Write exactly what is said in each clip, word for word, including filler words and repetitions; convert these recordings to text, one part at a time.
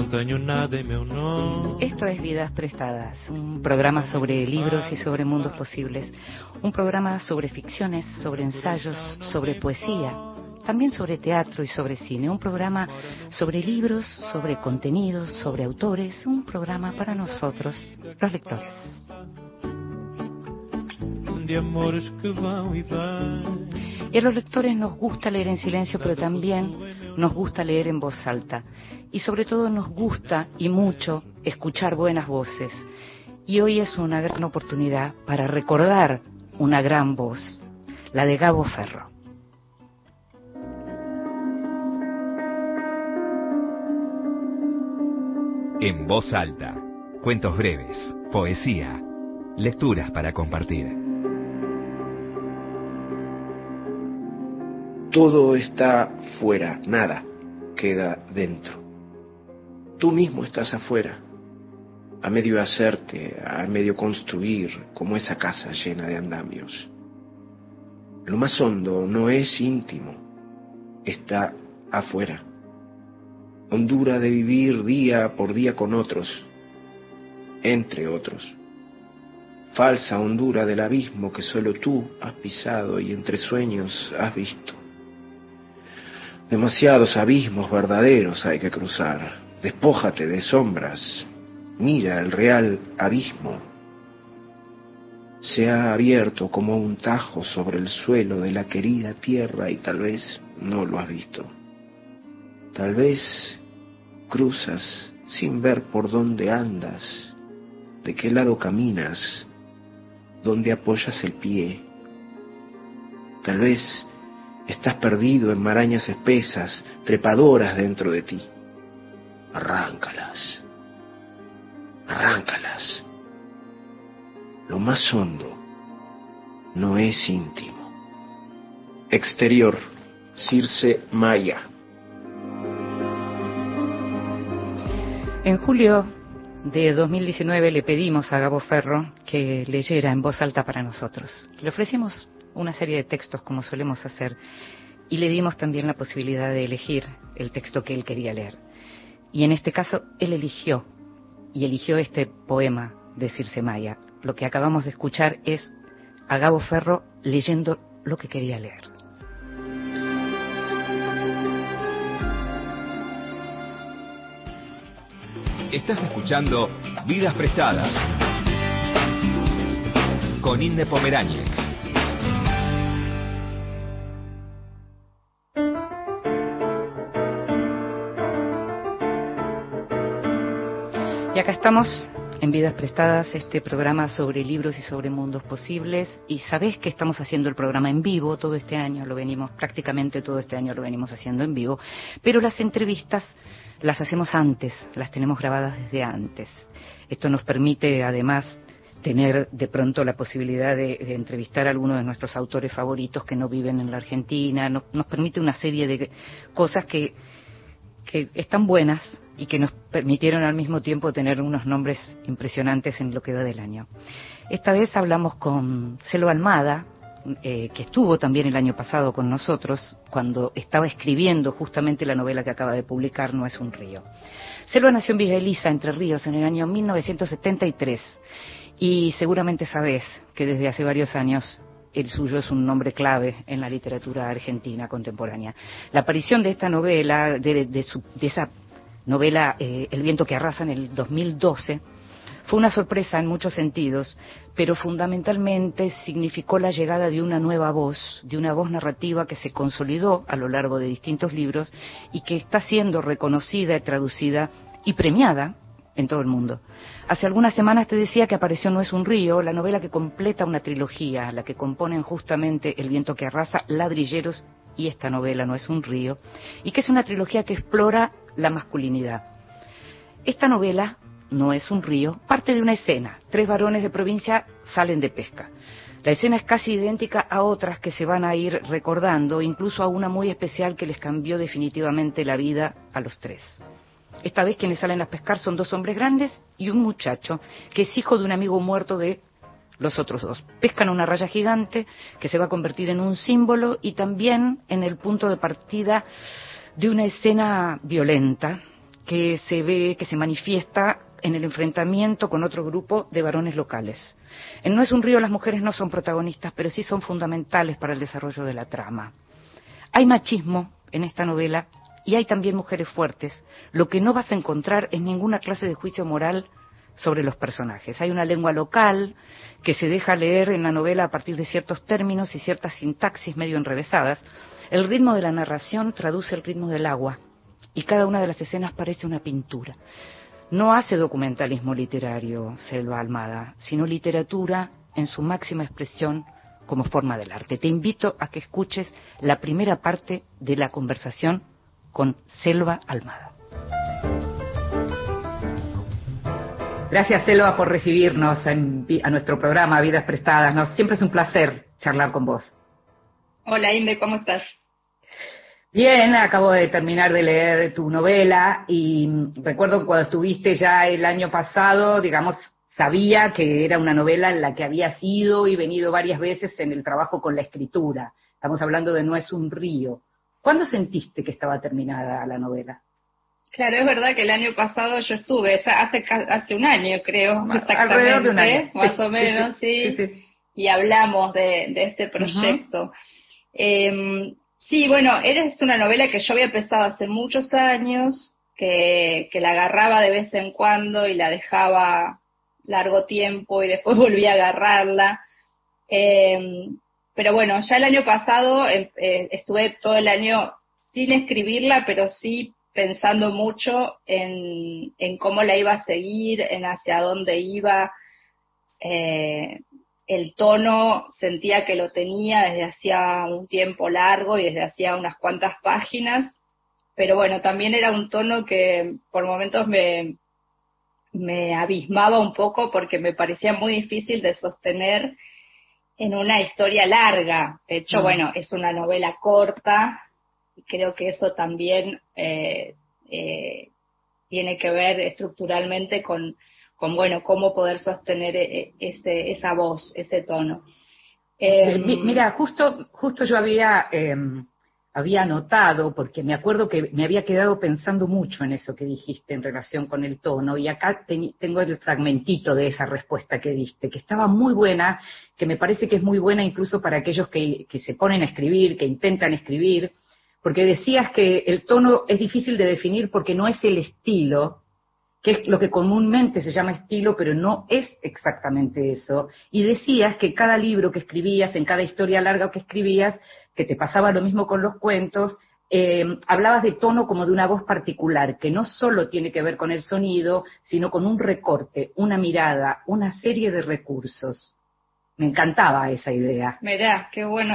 Esto es Vidas Prestadas, un programa sobre libros y sobre mundos posibles, un programa sobre ficciones, sobre ensayos, sobre poesía, también sobre teatro y sobre cine, un programa sobre libros, sobre contenidos, sobre autores, un programa para nosotros, los lectores. Y a los lectores nos gusta leer en silencio, pero también nos gusta leer en voz alta. Y sobre todo nos gusta, y mucho, escuchar buenas voces. Y hoy es una gran oportunidad para recordar una gran voz, la de Gabo Ferro. En voz alta, cuentos breves, poesía, lecturas para compartir. Todo está fuera, nada queda dentro. Tú mismo estás afuera, a medio hacerte, a medio construir, como esa casa llena de andamios. Lo más hondo no es íntimo, está afuera. Hondura de vivir día por día con otros, entre otros. Falsa hondura del abismo que solo tú has pisado y entre sueños has visto. Demasiados abismos verdaderos hay que cruzar. Despójate de sombras. Mira el real abismo. Se ha abierto como un tajo sobre el suelo de la querida tierra y tal vez no lo has visto. Tal vez cruzas sin ver por dónde andas, de qué lado caminas, dónde apoyas el pie. Tal vez estás perdido en marañas espesas, trepadoras dentro de ti. Arráncalas, arráncalas. Lo más hondo no es íntimo. Exterior, Circe Maya. En julio de dos mil diecinueve le pedimos a Gabo Ferro que leyera en voz alta para nosotros. Le ofrecimos una serie de textos como solemos hacer y le dimos también la posibilidad de elegir el texto que él quería leer. Y en este caso él eligió y eligió este poema de Circe Maya. Lo que acabamos de escuchar es a Gabo Ferro leyendo lo que quería leer. Estás escuchando Vidas Prestadas con Inde Pomeráñez. Y acá estamos en Vidas Prestadas, este programa sobre libros y sobre mundos posibles. Y sabés que estamos haciendo el programa en vivo todo este año, lo venimos, prácticamente todo este año lo venimos haciendo en vivo, pero las entrevistas las hacemos antes, las tenemos grabadas desde antes. Esto nos permite, además, tener de pronto la posibilidad de, de entrevistar a algunos de nuestros autores favoritos que no viven en la Argentina. Nos, nos permite una serie de cosas que, que están buenas y que nos permitieron al mismo tiempo tener unos nombres impresionantes en lo que va del año. Esta vez hablamos con Selva Almada, Eh, que estuvo también el año pasado con nosotros cuando estaba escribiendo justamente la novela que acaba de publicar, No es un río. Selva nació en Villa Elisa, Entre Ríos, en el año mil novecientos setenta y tres y seguramente sabés que desde hace varios años el suyo es un nombre clave en la literatura argentina contemporánea. La aparición de esta novela, de, de, su, de esa novela eh, El viento que arrasa en el dos mil doce, fue una sorpresa en muchos sentidos, pero fundamentalmente significó la llegada de una nueva voz, de una voz narrativa que se consolidó a lo largo de distintos libros y que está siendo reconocida, traducida y premiada en todo el mundo. Hace algunas semanas te decía que apareció No es un río, la novela que completa una trilogía, la que componen justamente El viento que arrasa, Ladrilleros y esta novela No es un río, y que es una trilogía que explora la masculinidad. Esta novela No es un río, parte de una escena. Tres varones de provincia salen de pesca. La escena es casi idéntica a otras que se van a ir recordando, incluso a una muy especial que les cambió definitivamente la vida a los tres. Esta vez quienes salen a pescar son dos hombres grandes y un muchacho, que es hijo de un amigo muerto de los otros dos. Pescan una raya gigante que se va a convertir en un símbolo y también en el punto de partida de una escena violenta que se ve, que se manifiesta en el enfrentamiento con otro grupo de varones locales. En No es un río las mujeres no son protagonistas, pero sí son fundamentales para el desarrollo de la trama. Hay machismo en esta novela y hay también mujeres fuertes. Lo que no vas a encontrar es ninguna clase de juicio moral sobre los personajes. Hay una lengua local que se deja leer en la novela a partir de ciertos términos y ciertas sintaxis medio enrevesadas. El ritmo de la narración traduce el ritmo del agua y cada una de las escenas parece una pintura. No hace documentalismo literario Selva Almada, sino literatura en su máxima expresión como forma del arte. Te invito a que escuches la primera parte de la conversación con Selva Almada. Gracias, Selva, por recibirnos en, a nuestro programa Vidas Prestadas. Nos, siempre es un placer charlar con vos. Hola, Inde, ¿cómo estás? Bien, acabo de terminar de leer tu novela y recuerdo cuando estuviste ya el año pasado, digamos, sabía que era una novela en la que habías ido y venido varias veces en el trabajo con la escritura. Estamos hablando de No es un río. ¿Cuándo sentiste que estaba terminada la novela? Claro, es verdad que el año pasado yo estuve, ya hace hace un año creo, exactamente, alrededor de un año, más sí, o menos, sí, sí, sí, sí. Y hablamos de, de este proyecto. Uh-huh. Eh, sí, bueno, es una novela que yo había empezado hace muchos años, que, que la agarraba de vez en cuando y la dejaba largo tiempo y después volví a agarrarla. Eh, pero bueno, ya el año pasado eh, eh, estuve todo el año sin escribirla, pero sí pensando mucho en, en cómo la iba a seguir, en hacia dónde iba. Eh, el tono sentía que lo tenía desde hacía un tiempo largo y desde hacía unas cuantas páginas, pero bueno, también era un tono que por momentos me, me abismaba un poco porque me parecía muy difícil de sostener en una historia larga. De hecho, mm. bueno, es una novela corta, y creo que eso también eh, eh, tiene que ver estructuralmente con, con, bueno, cómo poder sostener ese, esa voz, ese tono. Eh, Mira, justo, justo yo había, eh, había notado, porque me acuerdo que me había quedado pensando mucho en eso que dijiste en relación con el tono, y acá te, tengo el fragmentito de esa respuesta que diste, que estaba muy buena, que me parece que es muy buena incluso para aquellos que, que se ponen a escribir, que intentan escribir, porque decías que el tono es difícil de definir porque no es el estilo, que es lo que comúnmente se llama estilo, pero no es exactamente eso. Y decías que cada libro que escribías, en cada historia larga que escribías, que te pasaba lo mismo con los cuentos, eh, hablabas de tono como de una voz particular, que no solo tiene que ver con el sonido, sino con un recorte, una mirada, una serie de recursos. Me encantaba esa idea. Mirá, qué bueno.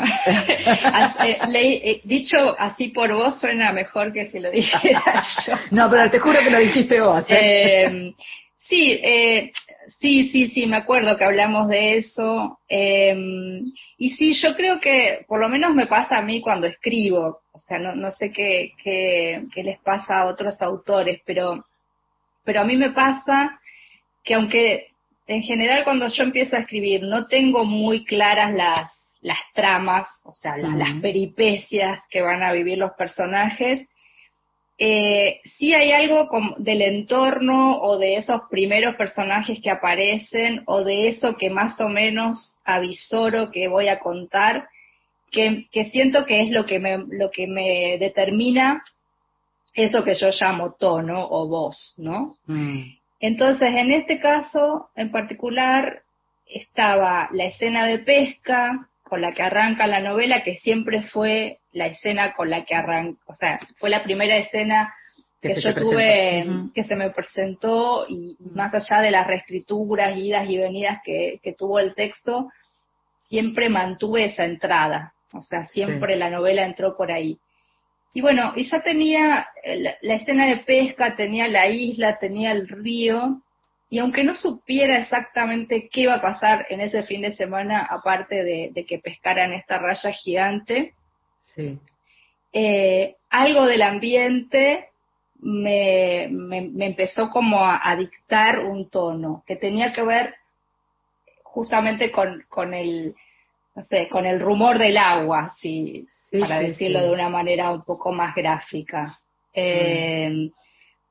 Dicho así por vos suena mejor que si lo dijera yo. No, pero te juro que lo dijiste vos. ¿eh? Eh, sí, eh, sí, sí, sí, me acuerdo que hablamos de eso. Eh, y sí, yo creo que por lo menos me pasa a mí cuando escribo. O sea, no, no sé qué, qué, qué les pasa a otros autores, pero, pero a mí me pasa que aunque en general cuando yo empiezo a escribir no tengo muy claras las, las tramas, o sea, la, uh-huh. las peripecias que van a vivir los personajes, eh, sí hay algo como del entorno o de esos primeros personajes que aparecen o de eso que más o menos avisoro que voy a contar, que, que siento que es lo que me, lo que me determina eso que yo llamo tono o voz, ¿no? Mm. Entonces, en este caso, en particular, estaba la escena de pesca con la que arranca la novela, que siempre fue la escena con la que arrancó, o sea, fue la primera escena que, que yo tuve, uh-huh. que se me presentó, y más allá de las reescrituras, idas y venidas que, que tuvo el texto, siempre mantuve esa entrada, o sea, siempre sí. La novela entró por ahí. Y bueno, y ya tenía la, la escena de pesca, tenía la isla, tenía el río, y aunque no supiera exactamente qué iba a pasar en ese fin de semana, aparte de, de que pescaran esta raya gigante, sí. eh, algo del ambiente me, me, me empezó como a, a dictar un tono, que tenía que ver justamente con, con el, no sé, con el rumor del agua, si... Sí, para sí, decirlo sí. de una manera un poco más gráfica. Eh, mm.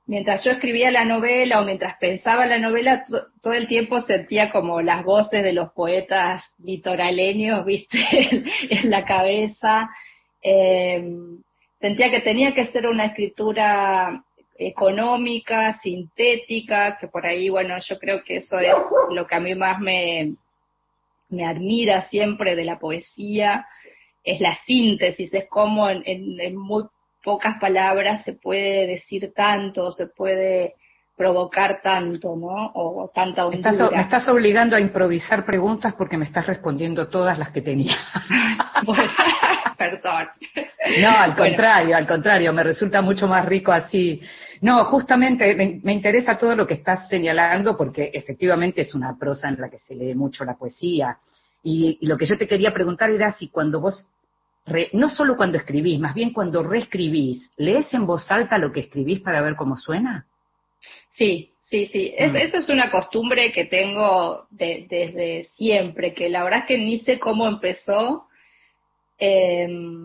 mientras yo escribía la novela o mientras pensaba la novela, to, todo el tiempo sentía como las voces de los poetas litoraleños, viste, en, en la cabeza. Eh, sentía que tenía que ser una escritura económica, sintética, que por ahí, bueno, yo creo que eso es lo que a mí más me, me admira siempre de la poesía, es la síntesis, es como en, en, en muy pocas palabras se puede decir tanto, se puede provocar tanto, ¿no? O tanta hondura. Estás, me estás obligando a improvisar preguntas porque me estás respondiendo todas las que tenía. Bueno, perdón. No, al Bueno. contrario, al contrario, me resulta mucho más rico así. No, justamente me, me interesa todo lo que estás señalando porque efectivamente es una prosa en la que se lee mucho la poesía. Y, y lo que yo te quería preguntar era si cuando vos, re, no solo cuando escribís, más bien cuando reescribís, ¿lees en voz alta lo que escribís para ver cómo suena? Sí, sí, sí. Es, mm. Eso es una costumbre que tengo de, desde siempre, que la verdad es que ni sé cómo empezó. Eh,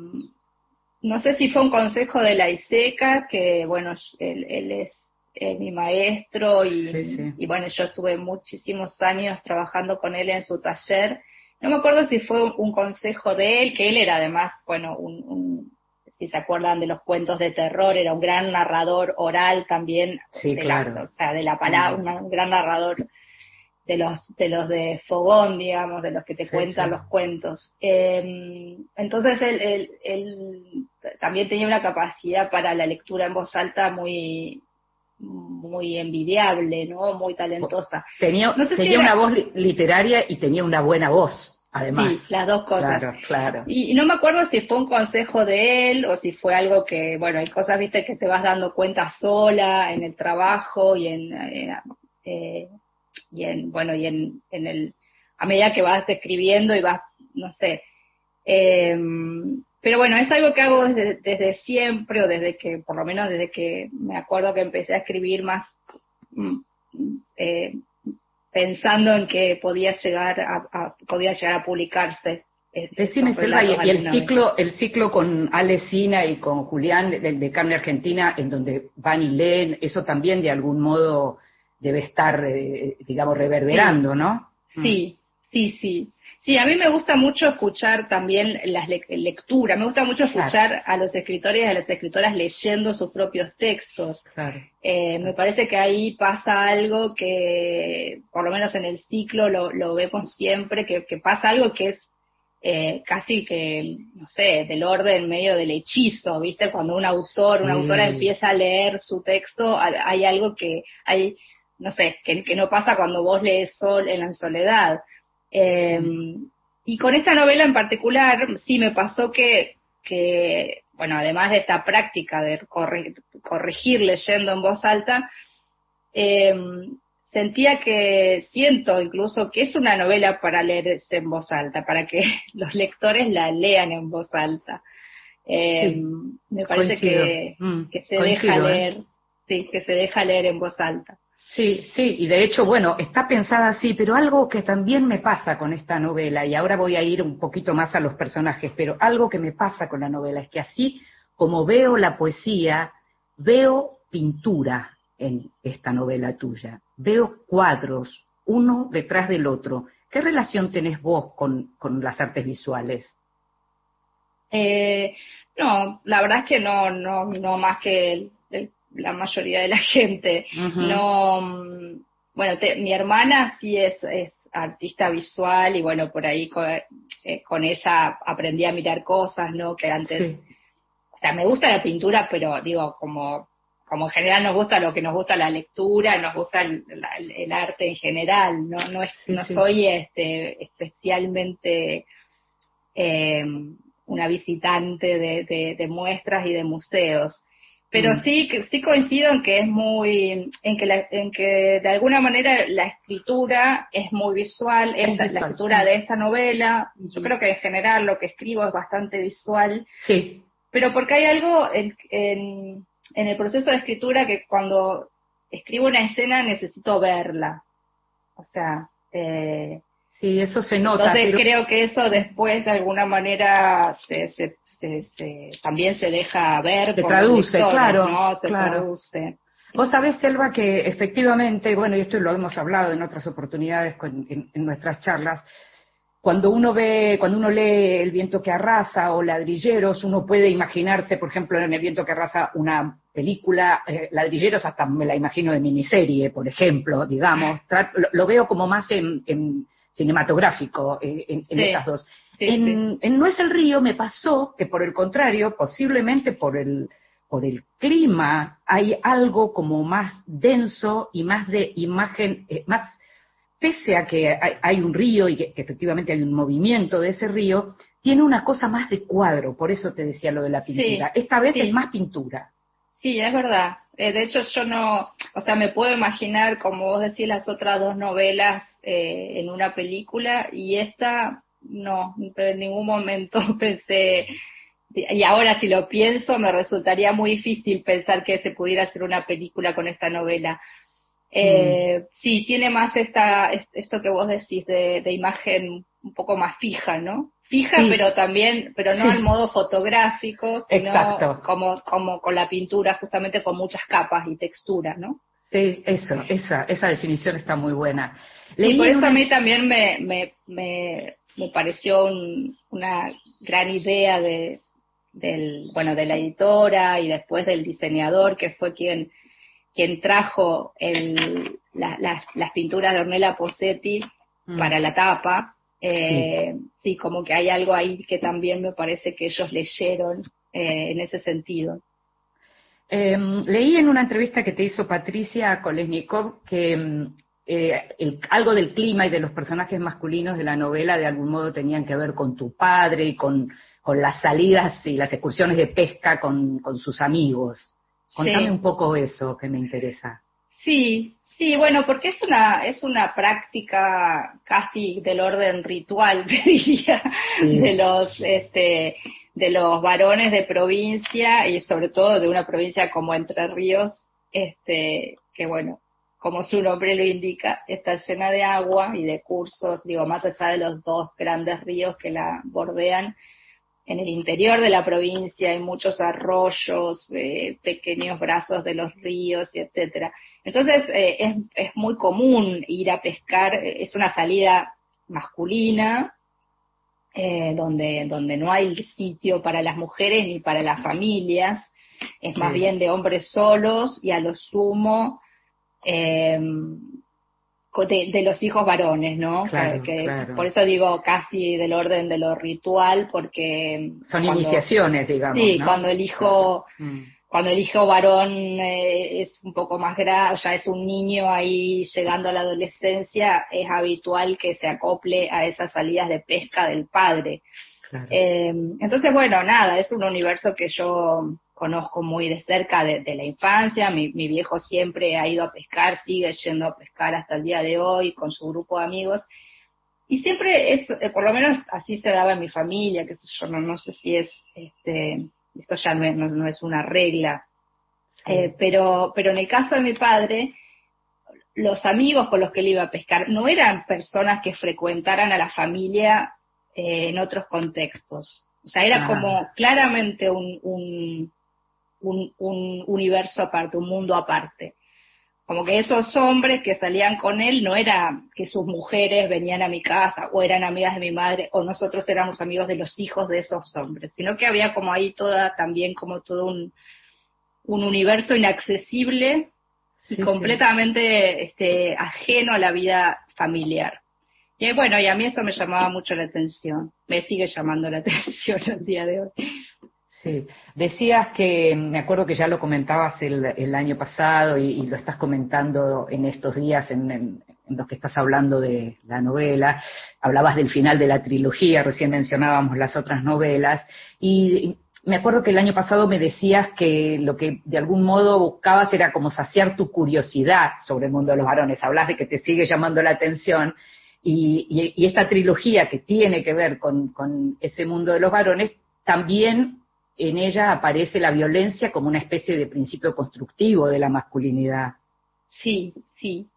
no sé si fue un consejo de la ISECA, que bueno, él, él es eh, mi maestro y, sí, sí. y bueno, yo estuve muchísimos años trabajando con él en su taller. No me acuerdo si fue un, un consejo de él, que él era además, bueno, un, un, si se acuerdan de los cuentos de terror, era un gran narrador oral también, sí, de claro. la, o sea, de la palabra, mm. un gran narrador de los de los de fogón, digamos, de los que te sí, cuentan sí. los cuentos. Eh, entonces él, él, él también tenía una capacidad para la lectura en voz alta muy muy envidiable, ¿no? Muy talentosa. Tenía, no sé tenía si era... una voz literaria y tenía una buena voz, además. Sí, las dos cosas. Claro, claro. Y, y no me acuerdo si fue un consejo de él o si fue algo que, bueno, hay cosas, viste, que te vas dando cuenta sola en el trabajo y en... Eh, eh, y en, bueno, y en, en el, a medida que vas escribiendo y vas, no sé, eh, pero bueno, es algo que hago desde, desde siempre, o desde que, por lo menos desde que me acuerdo que empecé a escribir más, eh, pensando en que podía llegar a, a podía llegar a publicarse. Decime, Selva, y, y el ciclo, el ciclo con Ale Sina y con Julián, el de Carne Argentina, en donde van y leen, eso también de algún modo debe estar, eh, digamos, reverberando, sí. ¿no? Sí, sí, sí. Sí, a mí me gusta mucho escuchar también las le lecturas, me gusta mucho escuchar claro. a los escritores y a las escritoras leyendo sus propios textos. Claro. Eh, claro. Me parece que ahí pasa algo que, por lo menos en el ciclo, lo, lo vemos siempre, que, que pasa algo que es eh, casi que, no sé, del orden medio del hechizo, ¿viste? Cuando un autor, una sí. autora empieza a leer su texto, hay algo que hay... no sé, que, que no pasa cuando vos lees Sol en la soledad. Eh, sí. Y con esta novela en particular, sí me pasó que, que bueno, además de esta práctica de corre, corregir leyendo en voz alta, eh, sentía que, siento incluso que es una novela para leerse en voz alta, para que los lectores la lean en voz alta. Eh, sí. Me parece coincido. que, mm, que se coincido, deja leer, ¿eh? Sí, que se deja leer en voz alta. Sí, sí, y de hecho, bueno, está pensada así, pero algo que también me pasa con esta novela, y ahora voy a ir un poquito más a los personajes, pero algo que me pasa con la novela es que así como veo la poesía, veo pintura en esta novela tuya, veo cuadros, uno detrás del otro. ¿Qué relación tenés vos con, con las artes visuales? Eh, no, la verdad es que no, no, no más que el, el la mayoría de la gente. Uh-huh. No, bueno, te, mi hermana sí es, es artista visual y bueno, por ahí con, eh, con ella aprendí a mirar cosas, ¿no? Que antes, sí. O sea, me gusta la pintura, pero digo, como, como en general nos gusta lo que nos gusta la lectura, nos gusta el, el, el arte en general, ¿no? No, es, sí, no sí. soy este, especialmente eh, una visitante de, de, de muestras y de museos. Pero sí, sí coincido en que es muy, en que, la, en que de alguna manera la escritura es muy visual, es visual. La escritura de esta novela, yo creo que en general lo que escribo es bastante visual, sí. Pero porque hay algo en, en, en el proceso de escritura que cuando escribo una escena necesito verla, o sea... Eh, sí, eso se nota. Entonces pero... creo que eso después de alguna manera se... se Se, se, también se deja ver se por traduce, lectores, claro, ¿no? Se claro. traduce. Vos sabés, Selva, que efectivamente, bueno, y esto lo hemos hablado en otras oportunidades con, en, en nuestras charlas, cuando uno ve, cuando uno lee El viento que arrasa o Ladrilleros, uno puede imaginarse, por ejemplo, en El viento que arrasa una película, eh, Ladrilleros hasta me la imagino de miniserie, por ejemplo, digamos, trato, lo, lo veo como más en, en cinematográfico, eh, en, en sí, esas dos. Sí, en, sí. en No es el río me pasó que por el contrario, posiblemente por el por el clima, hay algo como más denso y más de imagen, eh, más pese a que hay, hay un río y que, que efectivamente hay un movimiento de ese río, tiene una cosa más de cuadro, por eso te decía lo de la pintura. Sí, Esta vez es sí. más pintura. Sí, es verdad. Eh, de hecho, yo no, o sea, me puedo imaginar, como vos decís, las otras dos novelas eh, en una película, y esta no, pero en ningún momento pensé, y ahora si lo pienso, me resultaría muy difícil pensar que se pudiera hacer una película con esta novela. Eh, mm. Sí, tiene más esta, esto que vos decís de, de imagen un poco más fija, ¿no? Fija, sí. pero también, pero no sí. al modo fotográfico, sino Exacto. como, como con la pintura, justamente con muchas capas y texturas, ¿no? Sí, eso, esa, esa definición está muy buena. Y por eso una... a mí también me, me, me, me pareció un, una gran idea de, del, bueno, de la editora y después del diseñador, que fue quien quien trajo el, la, la, las pinturas de Ornella Posetti mm. para la tapa. Eh, sí. sí, como que hay algo ahí que también me parece que ellos leyeron eh, en ese sentido. Eh, leí en una entrevista que te hizo Patricia Kolesnikov que eh, el, algo del clima y de los personajes masculinos de la novela de algún modo tenían que ver con tu padre y con, con las salidas y las excursiones de pesca con, con sus amigos. Contame sí. un poco eso, que me interesa. Sí, sí, bueno, porque es una es una práctica casi del orden ritual, te diría, sí. de los este de los varones de provincia y sobre todo de una provincia como Entre Ríos, este que bueno, como su nombre lo indica, está llena de agua y de cursos, digo, más allá de los dos grandes ríos que la bordean. En el interior de la provincia hay muchos arroyos, eh, pequeños brazos de los ríos, y etcétera. Entonces eh, es, es muy común ir a pescar, es una salida masculina, eh, donde, donde no hay sitio para las mujeres ni para las familias, es más sí. bien de hombres solos y a lo sumo eh, De, de los hijos varones, ¿no? Claro, que, claro. Por eso digo casi del orden de lo ritual, porque son cuando, iniciaciones, digamos, sí, ¿no? cuando el hijo, claro. mm. cuando el hijo varón eh, es un poco más grande, ya es un niño ahí llegando a la adolescencia, es habitual que se acople a esas salidas de pesca del padre. Claro. Eh, entonces, bueno, nada, es un universo que yo conozco muy de cerca de, de la infancia. Mi, mi viejo siempre ha ido a pescar, sigue yendo a pescar hasta el día de hoy con su grupo de amigos, y siempre es, eh, por lo menos así se daba en mi familia, que sé yo, no, no sé si es, este, esto ya no es, no, no es una regla, sí. eh, pero, pero en el caso de mi padre, los amigos con los que él iba a pescar no eran personas que frecuentaran a la familia eh, en otros contextos. O sea, era ah. como claramente un, un Un, un universo aparte, un mundo aparte. Como que esos hombres que salían con él no era que sus mujeres venían a mi casa o eran amigas de mi madre o nosotros éramos amigos de los hijos de esos hombres, sino que había como ahí toda también como todo un, un universo inaccesible y sí, completamente sí. este, ajeno a la vida familiar. Y bueno, y a mí eso me llamaba mucho la atención, me sigue llamando la atención al día de hoy. Sí, decías que, me acuerdo que ya lo comentabas el, el año pasado y, y lo estás comentando en estos días en, en, en los que estás hablando de la novela, hablabas del final de la trilogía, recién mencionábamos las otras novelas, y me acuerdo que el año pasado me decías que lo que de algún modo buscabas era como saciar tu curiosidad sobre el mundo de los varones, hablas de que te sigue llamando la atención, y, y, y esta trilogía que tiene que ver con, con ese mundo de los varones, también en ella aparece la violencia como una especie de principio constructivo de la masculinidad. Sí, sí.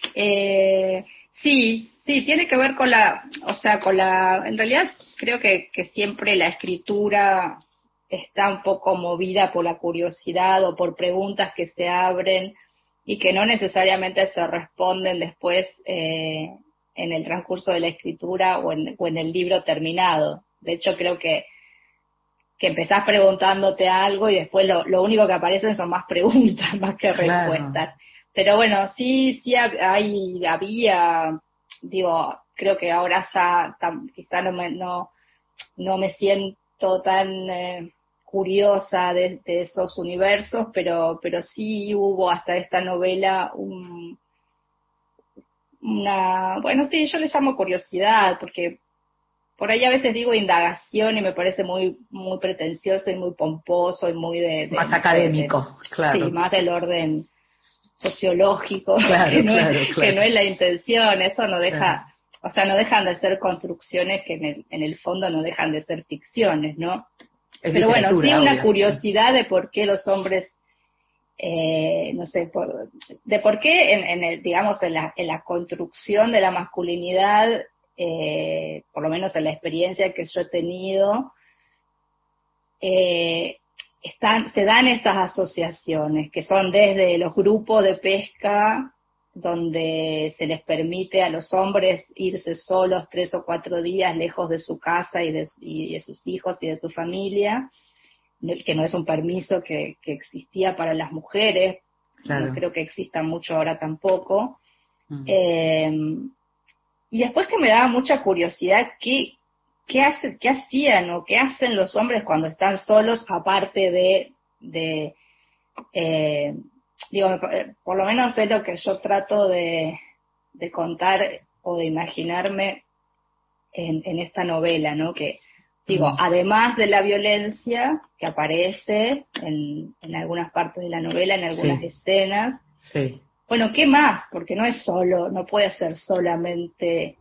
Eh, sí, sí, tiene que ver con la, o sea, con la, en realidad creo que, que siempre la escritura está un poco movida por la curiosidad o por preguntas que se abren y que no necesariamente se responden después eh, en el transcurso de la escritura o en, o en el libro terminado. De hecho, creo que, que empezás preguntándote algo y después lo, lo único que aparecen son más preguntas, más que Claro. respuestas. Pero bueno, sí, sí hay, había, digo, creo que ahora ya tam, quizá no me, no, no me siento tan eh, curiosa de, de esos universos, pero, pero sí hubo hasta esta novela un, una, bueno, sí, yo le llamo curiosidad, porque por ahí a veces digo indagación y me parece muy, muy pretencioso y muy pomposo y muy de... de más no académico, sé, de, claro. Sí, más del orden sociológico, claro, que, no claro, es, claro. que no es la intención, eso no deja, Claro. o sea, no dejan de ser construcciones que en el, en el fondo no dejan de ser ficciones, ¿no? Es Pero bueno, sí una obvio. curiosidad de por qué los hombres, eh, no sé, por, de por qué en, en el, digamos, en la, en la construcción de la masculinidad, eh, por lo menos en la experiencia que yo he tenido, eh, están, se dan estas asociaciones, que son desde los grupos de pesca, donde se les permite a los hombres irse solos tres o cuatro días lejos de su casa y de, y de sus hijos y de su familia, que no es un permiso que, que existía para las mujeres, claro. No creo que exista mucho ahora tampoco. Mm. Eh, y después que me daba mucha curiosidad qué, qué, hace, qué hacían o qué hacen los hombres cuando están solos, aparte de, de eh, digo, por lo menos es lo que yo trato de, de contar o de imaginarme en, en esta novela, ¿no? Que digo, mm. además de la violencia que aparece en, en algunas partes de la novela, en algunas sí. escenas, sí. Bueno, ¿qué más? Porque no es solo, no puede ser solamente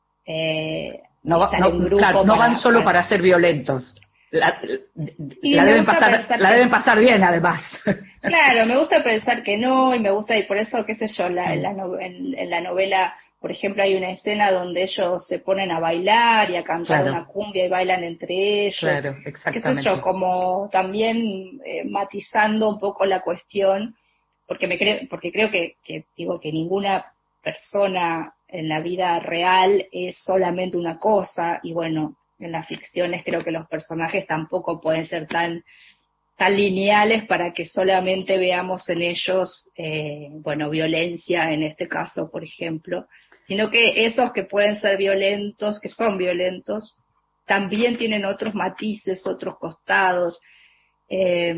eh, no, estar no, en grupo. Claro, no para, van solo para, para ser violentos. La, la, deben, pasar, la que, deben pasar bien, además. Claro, me gusta pensar que no, y me gusta, y por eso, qué sé yo, la, en, la no, en, en la novela, por ejemplo, hay una escena donde ellos se ponen a bailar y a cantar claro. una cumbia y bailan entre ellos. Claro, exactamente. Qué sé yo, como también eh, matizando un poco la cuestión, porque me creo, porque creo que, que digo que ninguna persona en la vida real es solamente una cosa, y bueno, en las ficciones creo que los personajes tampoco pueden ser tan tan lineales para que solamente veamos en ellos, eh, bueno, violencia en este caso, por ejemplo, sino que esos que pueden ser violentos, que son violentos, también tienen otros matices, otros costados, eh,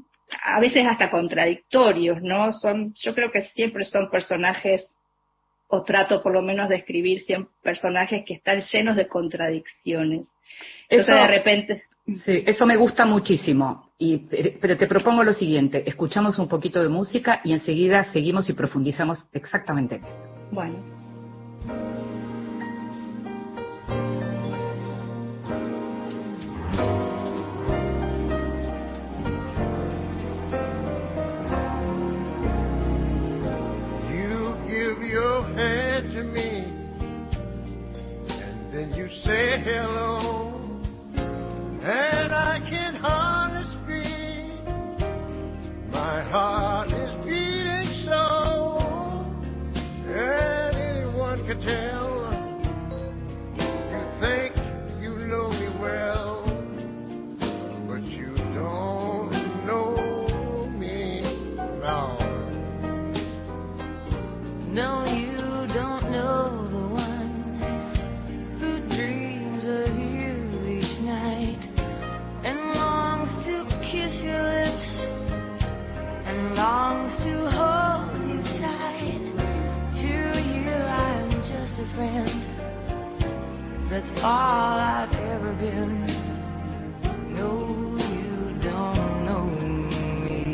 a veces hasta contradictorios, ¿no? Son, yo creo que siempre son personajes, o trato por lo menos de escribir siempre personajes que están llenos de contradicciones. Entonces Eso, de repente... Sí, eso me gusta muchísimo. Y, pero te propongo lo siguiente, escuchamos un poquito de música y enseguida seguimos y profundizamos exactamente en esto. Bueno. You give your hand to me and then you say hello. And I can hardly speak, my heart is beating so, and anyone can tell, you think you know me well, but you don't know me, no. No, you don't know the one who dreams of you each night and longs to kiss your lips and longs to hold you tight. To you I'm just a friend, that's all I've ever been. No, you don't know me.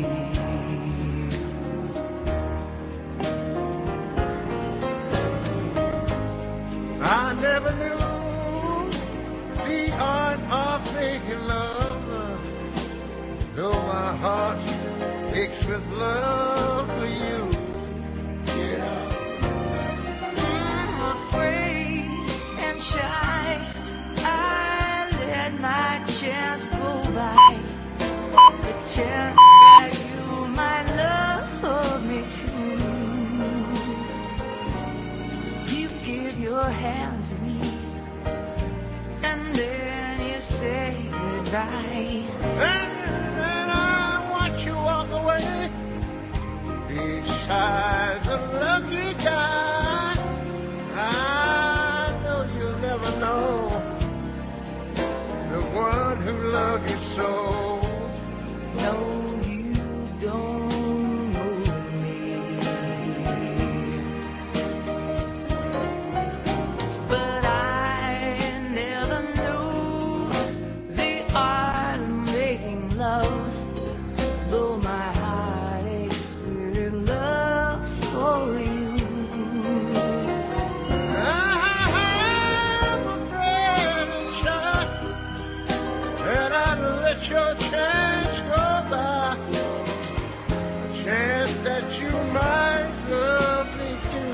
I never knew the art of making love, though my heart aches with love for you, yeah. I'm afraid and shy, I let my chance go by, the chance that you might love me tonight. besides a lucky guy. I know you'll never know the one who loves you so. No, you don't know me, but I never knew the art of making love, though my heart aches with love for you. I'm afraid and shy that I'd let your chance go by, a chance that you might love me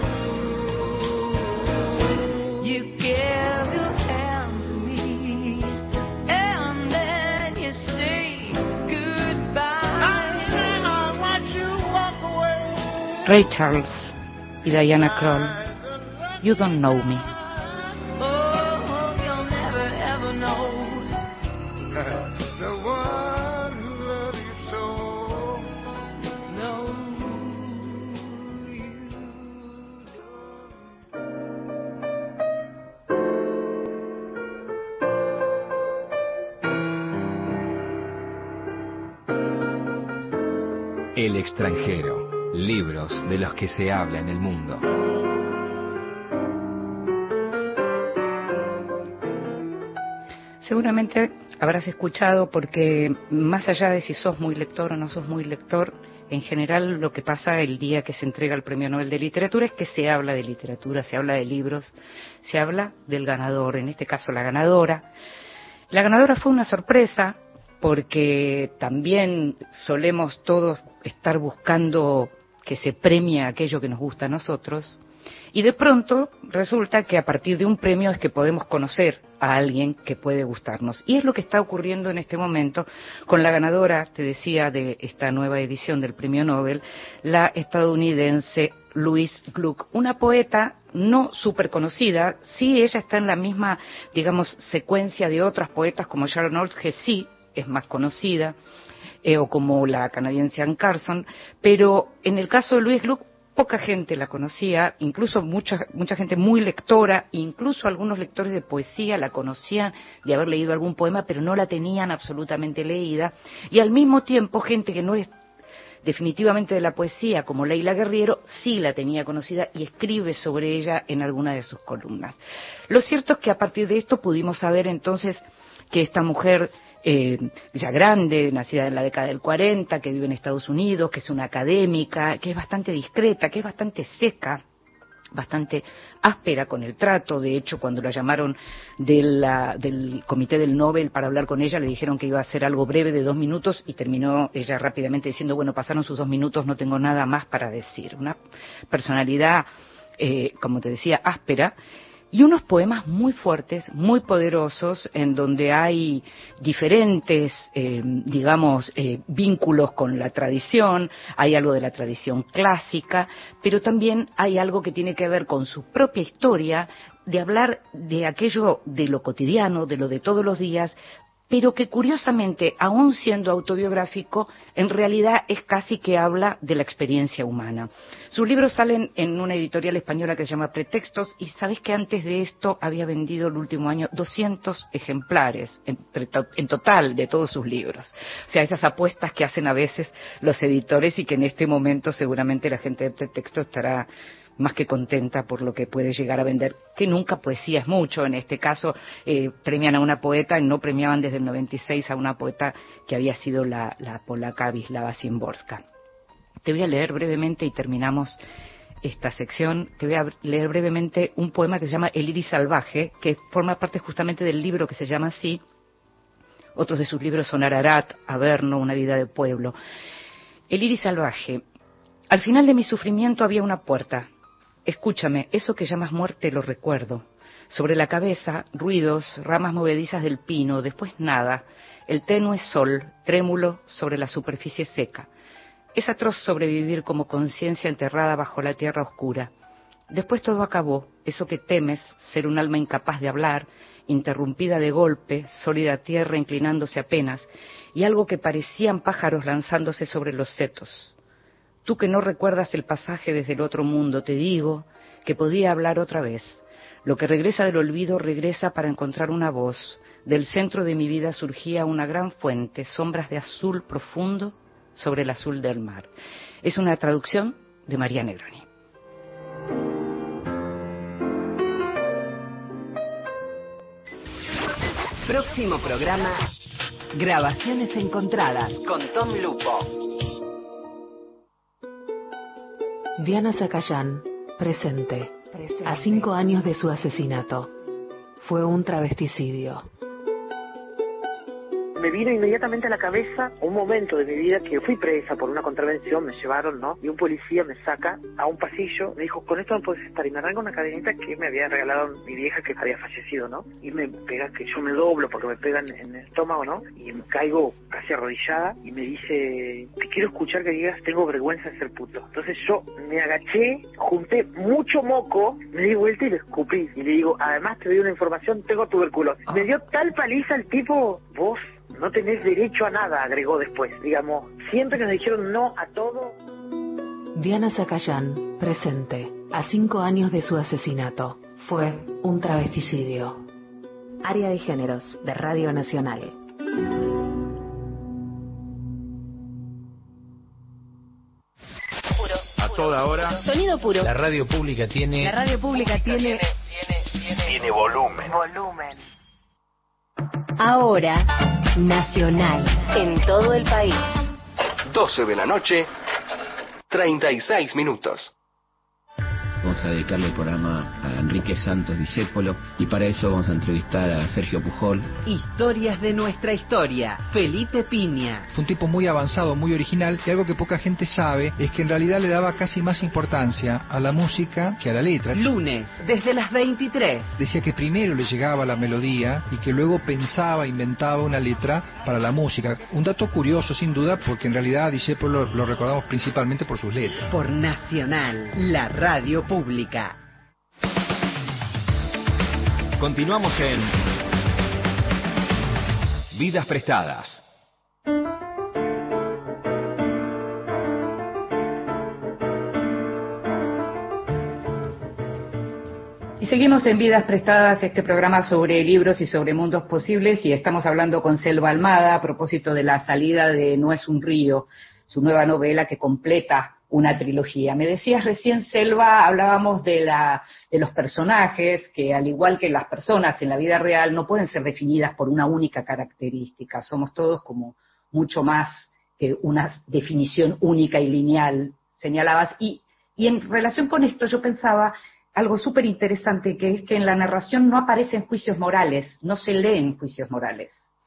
too. You gave your hand to me, and then you say goodbye. And I watch you walk away. Ray Charles y Diana Krall, You Don't Know Me. Oh, you'll never ever know. The one who loves you so. No, you El extranjero, libros de los que se habla en el mundo. Seguramente habrás escuchado, porque más allá de si sos muy lector o no sos muy lector, en general lo que pasa el día que se entrega el Premio Nobel de Literatura es que se habla de literatura, se habla de libros, se habla del ganador, en este caso la ganadora. La ganadora fue una sorpresa, porque también solemos todos estar buscando que se premie aquello que nos gusta a nosotros, y de pronto resulta que a partir de un premio es que podemos conocer a alguien que puede gustarnos. Y es lo que está ocurriendo en este momento con la ganadora, te decía, de esta nueva edición del Premio Nobel, la estadounidense Louise Gluck, una poeta no súper conocida. Sí, ella está en la misma, digamos, secuencia de otras poetas como Sharon Olds, que sí es más conocida, eh, o como la canadiense Anne Carson, pero en el caso de Louise Gluck, poca gente la conocía, incluso mucha mucha gente muy lectora, incluso algunos lectores de poesía la conocían de haber leído algún poema, pero no la tenían absolutamente leída, y al mismo tiempo gente que no es definitivamente de la poesía, como Leila Guerriero, sí la tenía conocida y escribe sobre ella en alguna de sus columnas. Lo cierto es que a partir de esto pudimos saber entonces que esta mujer Eh, ya grande, nacida en la década del cuarenta, que vive en Estados Unidos, que es una académica, que es bastante discreta, que es bastante seca, bastante áspera con el trato. De hecho, cuando la llamaron de la, del Comité del Nobel para hablar con ella, le dijeron que iba a hacer algo breve de dos minutos y terminó ella rápidamente diciendo, bueno, pasaron sus dos minutos, no tengo nada más para decir. Una personalidad, eh, como te decía, áspera. Y unos poemas muy fuertes, muy poderosos, en donde hay diferentes, eh, digamos, eh, vínculos con la tradición, hay algo de la tradición clásica, pero también hay algo que tiene que ver con su propia historia, de hablar de aquello de lo cotidiano, de lo de todos los días, pero que curiosamente, aún siendo autobiográfico, en realidad es casi que habla de la experiencia humana. Sus libros salen en una editorial española que se llama Pretextos, y sabés que antes de esto había vendido el último año doscientos ejemplares en, en total de todos sus libros. O sea, esas apuestas que hacen a veces los editores, y que en este momento seguramente la gente de Pretextos estará más que contenta por lo que puede llegar a vender, que nunca poesía es mucho. En este caso eh, premian a una poeta, y no premiaban desde el noventa y seis a una poeta que había sido la, la polaca Wisława Szymborska. Te voy a leer brevemente, y terminamos esta sección, te voy a leer brevemente un poema que se llama El iris salvaje, que forma parte justamente del libro que se llama así. Otros de sus libros son Ararat, Averno, Una vida de pueblo. El iris salvaje. Al final de mi sufrimiento había una puerta. Escúchame, eso que llamas muerte lo recuerdo. Sobre la cabeza, ruidos, ramas movedizas del pino, después nada. El tenue sol, trémulo sobre la superficie seca. Es atroz sobrevivir como conciencia enterrada bajo la tierra oscura. Después todo acabó, eso que temes, ser un alma incapaz de hablar, interrumpida de golpe, sólida tierra inclinándose apenas, y algo que parecían pájaros lanzándose sobre los setos. Tú que no recuerdas el pasaje desde el otro mundo, te digo que podía hablar otra vez. Lo que regresa del olvido regresa para encontrar una voz. Del centro de mi vida surgía una gran fuente, sombras de azul profundo sobre el azul del mar. Es una traducción de María Negroni. Próximo programa, Grabaciones Encontradas con Tom Lupo. Diana Zacayán, presente. presente. A cinco años de su asesinato. Fue un travesticidio. Me vino inmediatamente a la cabeza un momento de mi vida que fui presa por una contravención, me llevaron, ¿no? Y un policía me saca a un pasillo, me dijo, con esto no puedes estar, y me arranca una cadenita que me había regalado mi vieja que había fallecido, ¿no? Y me pega, que yo me doblo porque me pegan en el estómago, ¿no? Y me caigo casi arrodillada y me dice, te quiero escuchar que digas, tengo vergüenza de ser puto. Entonces yo me agaché, junté mucho moco, me di vuelta y le escupí. Y le digo, además te doy una información, tengo tuberculosis. Me dio tal paliza el tipo, vos no tenés derecho a nada, agregó después. Digamos, siempre nos dijeron no a todo. Diana Zacayán, presente. A cinco años de su asesinato. Fue un travesticidio. Área de Géneros, de Radio Nacional. A toda hora. Sonido puro. La radio pública tiene... La radio pública tiene... Tiene, tiene, tiene, tiene volumen. Volumen. Ahora, Nacional. En todo el país. doce de la noche, treinta y seis minutos. Vamos a dedicarle el programa a Enrique Santos Discépolo y para eso vamos a entrevistar a Sergio Pujol. Historias de nuestra historia. Felipe Piña. Fue un tipo muy avanzado, muy original, y algo que poca gente sabe es que en realidad le daba casi más importancia a la música que a la letra. Lunes, desde las veintitrés. Decía que primero le llegaba la melodía y que luego pensaba, inventaba una letra para la música. Un dato curioso, sin duda, porque en realidad a Discépolo lo, lo recordamos principalmente por sus letras. Por Nacional, la radio pública. Pública. Continuamos en Vidas Prestadas. Y seguimos en Vidas Prestadas, este programa sobre libros y sobre mundos posibles, y estamos hablando con Selva Almada a propósito de la salida de No es un río, su nueva novela que completa una trilogía. Me decías recién, Selva, hablábamos de la de los personajes, que al igual que las personas en la vida real, no pueden ser definidas por una única característica. Somos todos como mucho más que una definición única y lineal, señalabas. Y, y en relación con esto yo pensaba algo súper interesante, que es que en la narración no aparecen juicios morales, no se leen juicios morales.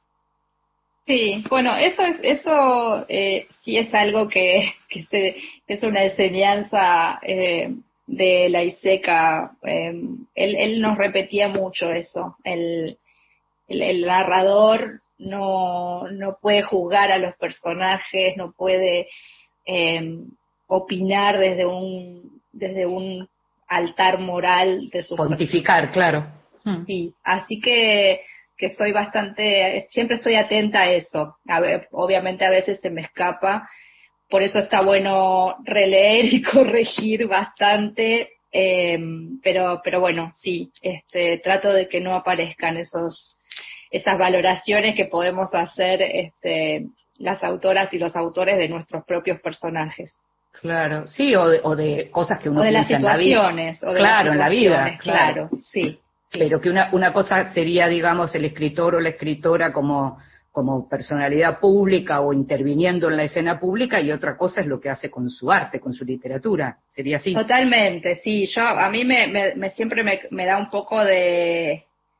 Sí, bueno, eso es eso eh, sí es algo que, que, se, que es una enseñanza eh, de la ISECA. Eh, él, él nos repetía mucho eso. El, el, el narrador no, no puede juzgar a los personajes, no puede eh, opinar desde un desde un altar moral de su pontificar, claro. Sí, así que que soy bastante, siempre estoy atenta a eso. A ver, obviamente a veces se me escapa, por eso está bueno releer y corregir bastante, eh, pero pero bueno, sí, este trato de que no aparezcan esos esas valoraciones que podemos hacer este las autoras y los autores de nuestros propios personajes. Claro, sí, o de, o de cosas que uno o de las piensa en la vida. situaciones, o de claro, las en la vida, claro, claro sí. Pero que una, una cosa sería, digamos, el escritor o la escritora como, como personalidad pública o interviniendo en la escena pública, y otra cosa es lo que hace con su arte, con su literatura. ¿Sería así? Totalmente, sí. Yo a mí me, me, me siempre me, me da un poco de,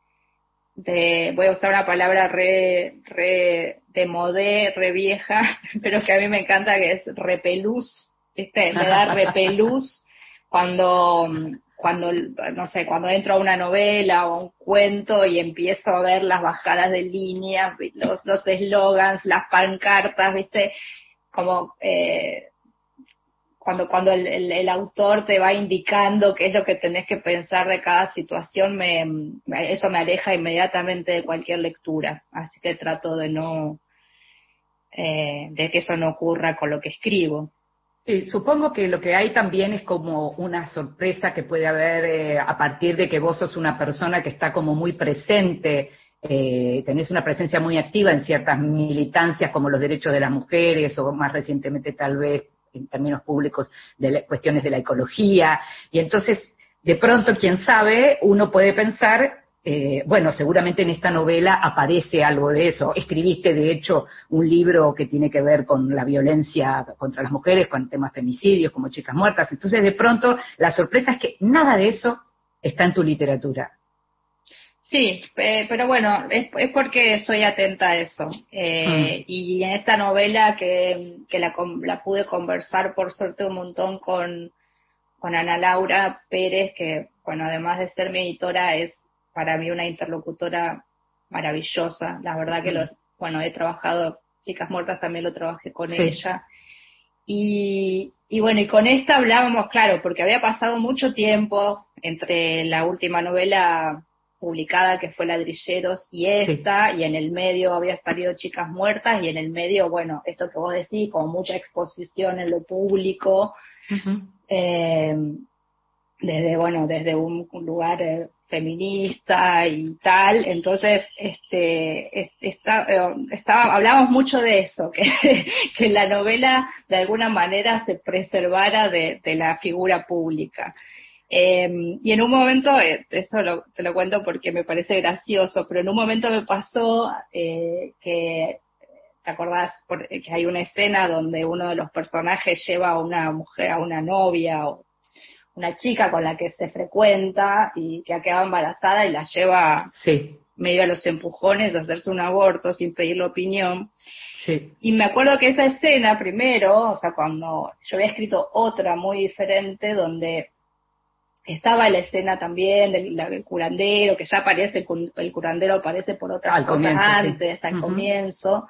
de, voy a usar una palabra re, re de modé, re vieja, pero que a mí me encanta, que es repelús, ¿viste? Me da repelús cuando cuando, no sé, cuando entro a una novela o a un cuento y empiezo a ver las bajadas de líneas, los los eslogans, las pancartas, ¿viste? Como eh, cuando cuando el, el, el autor te va indicando qué es lo que tenés que pensar de cada situación, me, me eso me aleja inmediatamente de cualquier lectura. Así que trato de no, eh, de que eso no ocurra con lo que escribo. Sí, supongo que lo que hay también es como una sorpresa que puede haber eh, a partir de que vos sos una persona que está como muy presente, eh, tenés una presencia muy activa en ciertas militancias como los derechos de las mujeres o más recientemente tal vez en términos públicos de la, cuestiones de la ecología, y entonces de pronto, quién sabe, uno puede pensar, eh, bueno, seguramente en esta novela aparece algo de eso. Escribiste, de hecho, un libro que tiene que ver con la violencia contra las mujeres, con temas femicidios, como Chicas Muertas. Entonces, de pronto, la sorpresa es que nada de eso está en tu literatura. Sí, eh, pero bueno, es, es porque soy atenta a eso. Eh, mm. Y en esta novela que, que la, la pude conversar, por suerte, un montón con, con Ana Laura Pérez, que, bueno, además de ser mi editora, es para mí una interlocutora maravillosa. La verdad que, lo, bueno, he trabajado, Chicas Muertas también lo trabajé con sí. ella. Y, y bueno, y con esta hablábamos, claro, porque había pasado mucho tiempo entre la última novela publicada, que fue Ladrilleros, y esta, sí. y en el medio había salido Chicas Muertas, y en el medio, bueno, esto que vos decís, como mucha exposición en lo público, uh-huh. eh, desde, bueno, desde un, un lugar eh, feminista y tal. Entonces, este, es, está, eh, estaba, hablábamos mucho de eso, que, que la novela de alguna manera se preservara de, de la figura pública. Eh, y en un momento, eh, esto lo, te lo cuento porque me parece gracioso, pero en un momento me pasó eh, que, ¿te acordás? Por, que hay una escena donde uno de los personajes lleva a una mujer, a una novia o una chica con la que se frecuenta y que ha quedado embarazada y la lleva sí. medio a los empujones a hacerse un aborto sin pedirle opinión. Sí. Y me acuerdo que esa escena primero, o sea, cuando yo había escrito otra muy diferente donde estaba la escena también del, del curandero, que ya aparece, el, el curandero aparece por otras al cosas comienzo, antes, sí. al uh-huh. comienzo.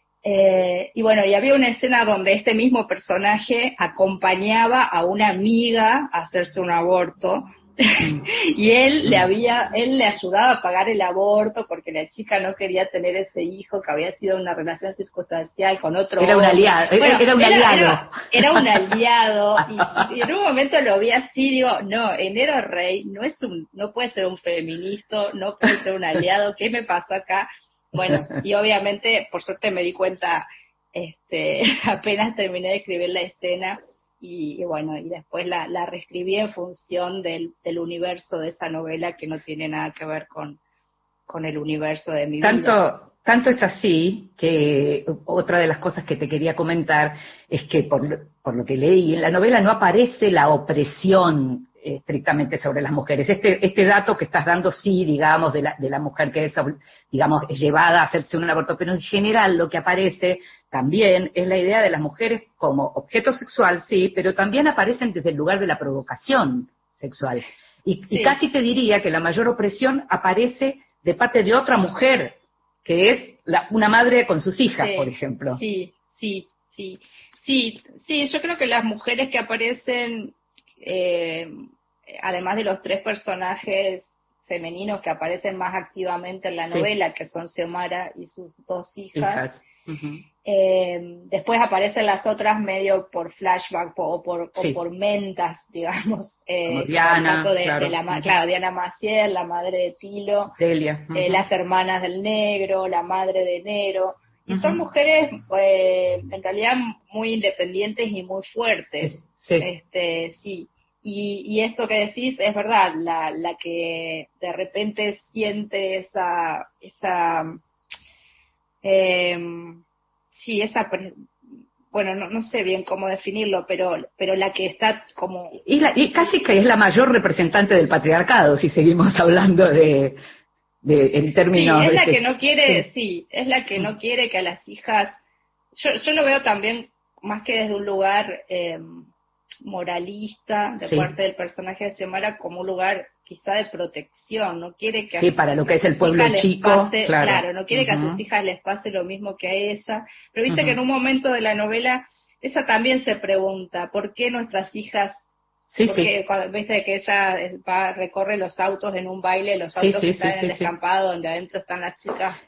Eh, y bueno, y había una escena donde este mismo personaje acompañaba a una amiga a hacerse un aborto. Mm. y él mm. le había, él le ayudaba a pagar el aborto porque la chica no quería tener ese hijo, que había sido una relación circunstancial con otro era hombre. Un aliado, bueno, era un era, aliado. Era, era un aliado. y, y en un momento lo vi así, digo, no, Enero Rey no es un, no puede ser un feminista, no puede ser un aliado, ¿qué me pasó acá? Bueno, y obviamente, por suerte me di cuenta, este, apenas terminé de escribir la escena, y, y bueno, y después la, la reescribí en función del, del universo de esa novela que no tiene nada que ver con, con el universo de mi tanto, vida. Tanto es así que otra de las cosas que te quería comentar es que por, por lo que leí, en la novela no aparece la opresión estrictamente sobre las mujeres. Este este dato que estás dando, sí, digamos, de la, de la mujer que es, digamos, llevada a hacerse un aborto, pero en general lo que aparece también es la idea de las mujeres como objeto sexual, sí, pero también aparecen desde el lugar de la provocación sexual. Y, sí. y casi te diría que la mayor opresión aparece de parte de otra mujer, que es la, una madre con sus hijas, sí, por ejemplo. Sí, sí, sí. Sí, sí, yo creo que las mujeres que aparecen, eh, además de los tres personajes femeninos que aparecen más activamente en la novela, sí. que son Xiomara y sus dos hijas, hijas. Uh-huh. eh, después aparecen las otras medio por flashback o por, sí. o por mentas, digamos, eh, como Diana, el caso de, claro. de la, uh-huh. claro, Diana Maciel, la madre de Tilo, Delia, uh-huh. eh, las hermanas del Negro, la madre de Nero. Y son uh-huh. mujeres, eh, en realidad, muy independientes y muy fuertes. Sí, sí. Este, sí. Y, y esto que decís es verdad, la, la que de repente siente esa, esa, eh, sí, esa, bueno, no, no sé bien cómo definirlo, pero, pero la que está como... Y, la, y casi que es la mayor representante del patriarcado, si seguimos hablando de... De, en términos sí, es la de que no quiere, sí. sí, es la que no quiere que a las hijas, yo, yo lo veo también más que desde un lugar eh, moralista de sí. parte del personaje de Xiomara, como un lugar quizá de protección, no quiere que a sí, para lo que es el pueblo chico, pase, claro. claro, no quiere uh-huh. que a sus hijas les pase lo mismo que a ella, pero viste uh-huh. que en un momento de la novela ella también se pregunta, ¿por qué nuestras hijas Sí, Porque sí. cuando viste que ella va, recorre los autos en un baile, los autos sí, sí, que están sí, en el sí, descampado, sí. donde adentro están las chicas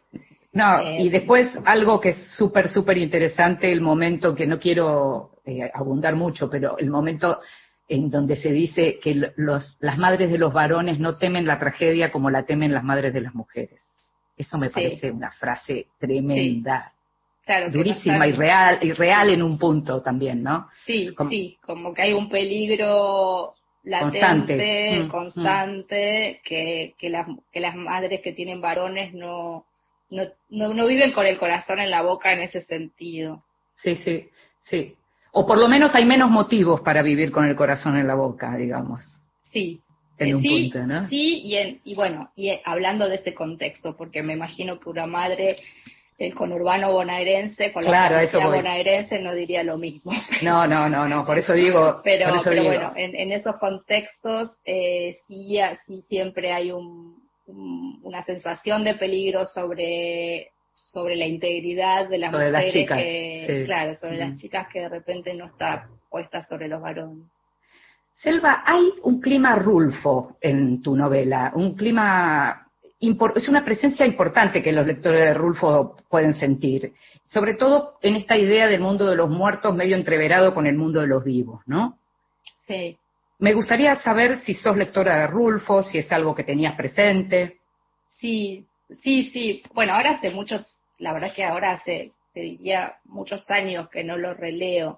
No, Eh, y después algo que es súper, súper interesante, el momento que no quiero eh, abundar mucho, pero el momento en donde se dice que los, las madres de los varones no temen la tragedia como la temen las madres de las mujeres. Eso me Sí. parece una frase tremenda, claro, que no durísima están- y real, y real en un punto también, ¿no? Sí, Como- sí, como que hay un peligro latente, Constante. Mm, constante, que, que, las, que las madres que tienen varones no, no, no, no viven con el corazón en la boca en ese sentido. Sí, sí, sí. O por lo menos hay menos motivos para vivir con el corazón en la boca, digamos. Sí, En eh, un sí, punto, ¿no? sí, y, en, y bueno, y eh, hablando de ese contexto, porque me imagino que una madre del conurbano bonaerense con Claro, a la eso policía voy. bonaerense no diría lo mismo. No, no, no, no, por eso digo, pero por eso pero digo. bueno, en, en esos contextos eh, sí, ah, sí siempre hay un, un- una sensación de peligro sobre sobre la integridad de las Sobre las mujeres chicas, que, sí. claro, sobre Mm. las chicas que de repente no está puesta sobre los varones. Selva, hay un clima Rulfo en tu novela, un clima, impor- es una presencia importante que los lectores de Rulfo pueden sentir, sobre todo en esta idea del mundo de los muertos medio entreverado con el mundo de los vivos, ¿no? Sí. Me gustaría saber si sos lectora de Rulfo, si es algo que tenías presente. Sí, sí, sí. Bueno, ahora hace mucho, la verdad que ahora hace, te diría, muchos años que no lo releo,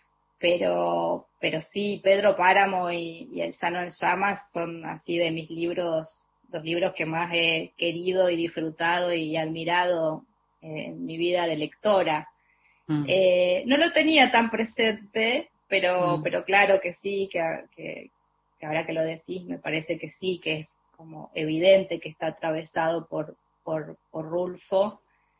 pero pero sí, Pedro Páramo y, y El Llano en Llamas son así de mis libros, los libros que más he querido y disfrutado y admirado eh, en mi vida de lectora. Mm. Eh, no lo tenía tan presente, pero Mm. pero claro que sí, que, que, que ahora que lo decís me parece que sí, que es como evidente que está atravesado por por, por Rulfo.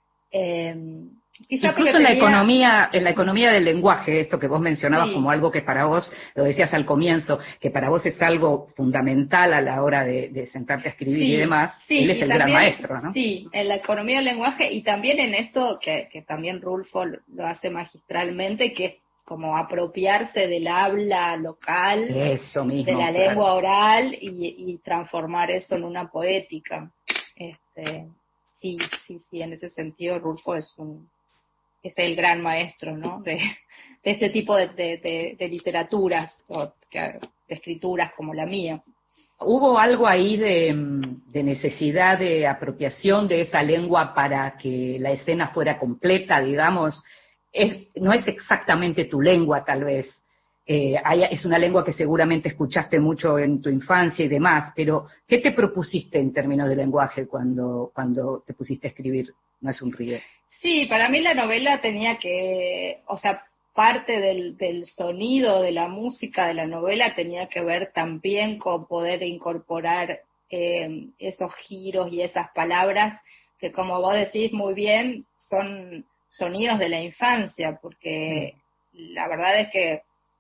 Eh, quizá Incluso porque en la tenía- economía, en la economía del lenguaje, esto que vos mencionabas Sí. como algo que para vos, lo decías al comienzo, que para vos es algo fundamental a la hora de, de sentarte a escribir y demás, sí, él es y el gran también- maestro, ¿no? Sí, en la economía del lenguaje y también en esto que, que también Rulfo lo lo hace magistralmente, que es como apropiarse del habla local, Eso mismo. de la claro. lengua oral y, y transformar eso en una poética. Este, sí, sí, sí, en ese sentido Rulfo es un es el gran maestro, ¿no? De, de este tipo de, de, de- de literaturas o que- de escrituras como la mía. ¿Hubo algo ahí de, mm, de necesidad de apropiación de esa lengua para que la escena fuera completa, digamos? Es, no es exactamente tu lengua, tal vez. Eh, hay- es una lengua que seguramente escuchaste mucho en tu infancia y demás, pero ¿qué te propusiste en términos de lenguaje cuando, cuando te pusiste a escribir No es un río? Sí, para mí la novela tenía que, o sea, parte del, del sonido de la música de la novela tenía que ver también con poder incorporar eh, esos giros y esas palabras que, como vos decís muy bien, son sonidos de la infancia, porque la verdad es que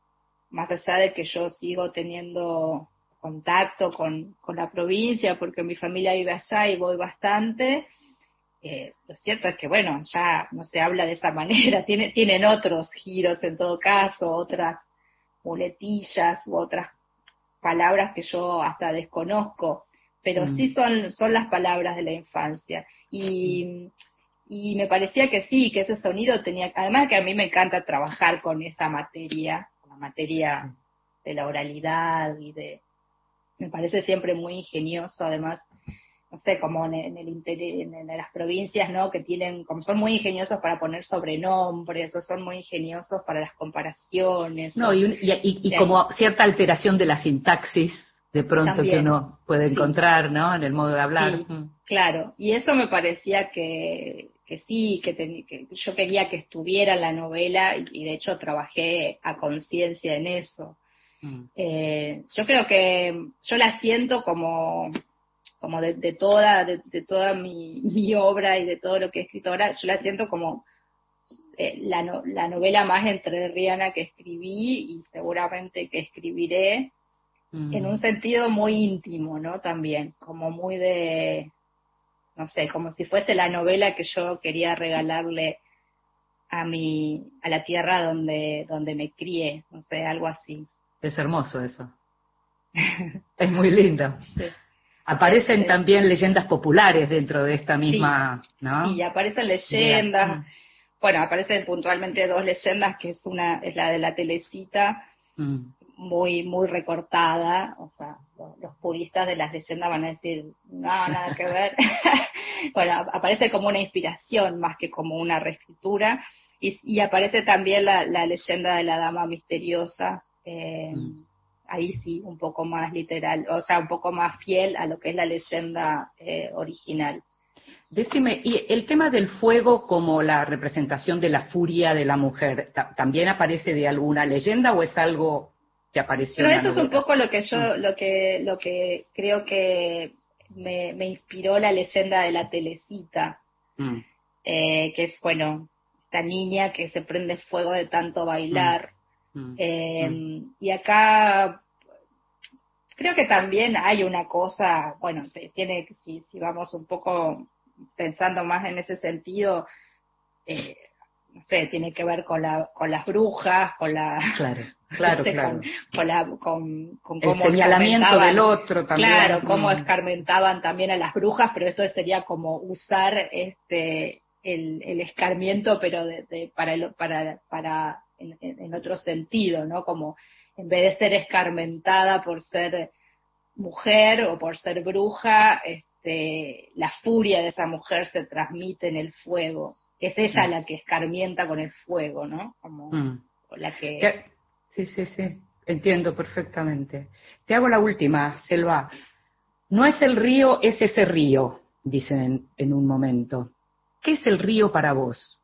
más allá de que yo sigo teniendo contacto con, con la provincia, porque mi familia vive allá y voy bastante, eh, lo cierto es que, bueno, ya no se habla de esa manera, tiene, tienen otros giros en todo caso, otras muletillas u otras palabras que yo hasta desconozco, pero Mm. sí son, son las palabras de la infancia. Y, y me parecía que sí, que ese sonido tenía, además que a mí me encanta trabajar con esa materia, la materia de la oralidad y de, me parece siempre muy ingenioso, además, no sé, como en, en el interior, en, en las provincias, ¿no? Que tienen, como son muy ingeniosos para poner sobrenombres, o son muy ingeniosos para las comparaciones. No, o- y, un- y, y- y de- como cierta alteración de la sintaxis, de pronto que También, uno puede sí. encontrar, ¿no? En el modo de hablar. Sí, Mm. claro, y eso me parecía que, que sí, que, ten- que yo quería que estuviera en la novela y, y de hecho trabajé a conciencia en eso. Mm. Eh, yo creo que yo la siento como, como de, de toda, de, de toda mi, mi obra y de todo lo que he escrito ahora, yo la siento como eh, la, no- la novela más entrerriana que escribí y seguramente que escribiré, Mm. en un sentido muy íntimo, ¿no? También, como muy de, no sé, como si fuese la novela que yo quería regalarle a mi, a la tierra donde, donde me crié, no sé, algo así. Es hermoso eso. Es muy lindo. Sí. Aparecen este, también leyendas populares dentro de esta misma, sí, ¿no? Sí, aparecen leyendas. Yeah. Bueno, aparecen puntualmente dos leyendas, que es una es la de la Telecita, Mm. muy muy recortada, o sea, los, los puristas de las leyendas van a decir, no, nada que ver. Bueno, aparece como una inspiración más que como una reescritura, y, y aparece también la, la leyenda de la Dama Misteriosa, eh, mm. ahí sí, un poco más literal, o sea, un poco más fiel a lo que es la leyenda eh, original. Decime, ¿y el tema del fuego como la representación de la furia de la mujer, también aparece de alguna leyenda o es algo que apareció? Pero en eso la es un novela? poco lo que yo, Mm. lo que, lo que creo que me, me inspiró la leyenda de la Telecita, Mm. eh, que es, bueno, esta niña que se prende fuego de tanto bailar. Mm. Eh, Mm. Y acá creo que también hay una cosa, bueno, tiene, si, si vamos un poco pensando más en ese sentido, eh, no sé, tiene que ver con la con las brujas, con la Claro, claro, ¿viste? claro. Con, con la con, con El cómo señalamiento escarmentaban- del otro también. Claro, cómo Mm. escarmentaban también a las brujas, pero eso sería como usar este el, el escarmiento, pero de, de, para el, para para en, en otro sentido, ¿no? Como en vez de ser escarmentada por ser mujer o por ser bruja, este, la furia de esa mujer se transmite en el fuego. Es ella Mm. la que escarmienta con el fuego, ¿no? Como Mm. la que... ¿Qué? Sí, sí, sí, entiendo perfectamente. Te hago la última, Selva. No es el río, es ese río, dicen en, en un momento. ¿Qué es el río para vos?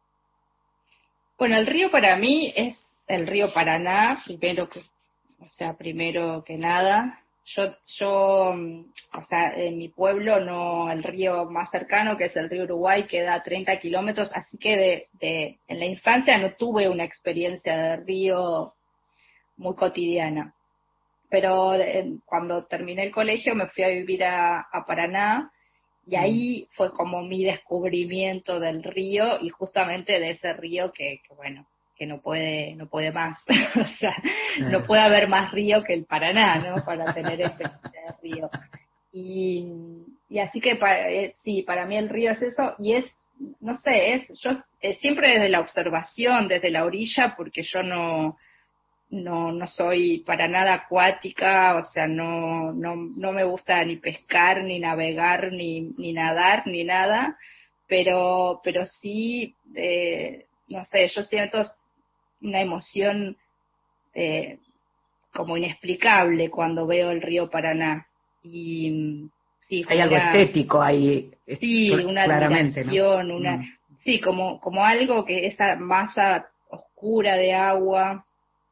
Bueno, el río para mí es el río Paraná, primero que, o sea, primero que nada. Yo, yo, o sea, en mi pueblo no, el río más cercano, que es el río Uruguay, queda a treinta kilómetros, así que de, de, en la infancia no tuve una experiencia de río muy cotidiana. Pero de, cuando terminé el colegio me fui a vivir a, a Paraná, y ahí fue como mi descubrimiento del río, y justamente de ese río que, que bueno, que no puede no puede más. O sea, Claro. no puede haber más río que el Paraná, ¿no? Para tener ese río. Y, y así que para, eh, sí, para mí el río es eso, y es, no sé, es yo eh, siempre desde la observación, desde la orilla, porque yo no no no soy para nada acuática, o sea, no no no me gusta ni pescar, ni navegar, ni ni nadar, ni nada, pero pero sí, eh, no sé, yo siento una emoción eh, como inexplicable cuando veo el río Paraná. Y sí, Hay algo una, estético ahí. sí, cl- una claramente, admiración, ¿no? una, Mm. sí, como como algo que esa masa oscura de agua,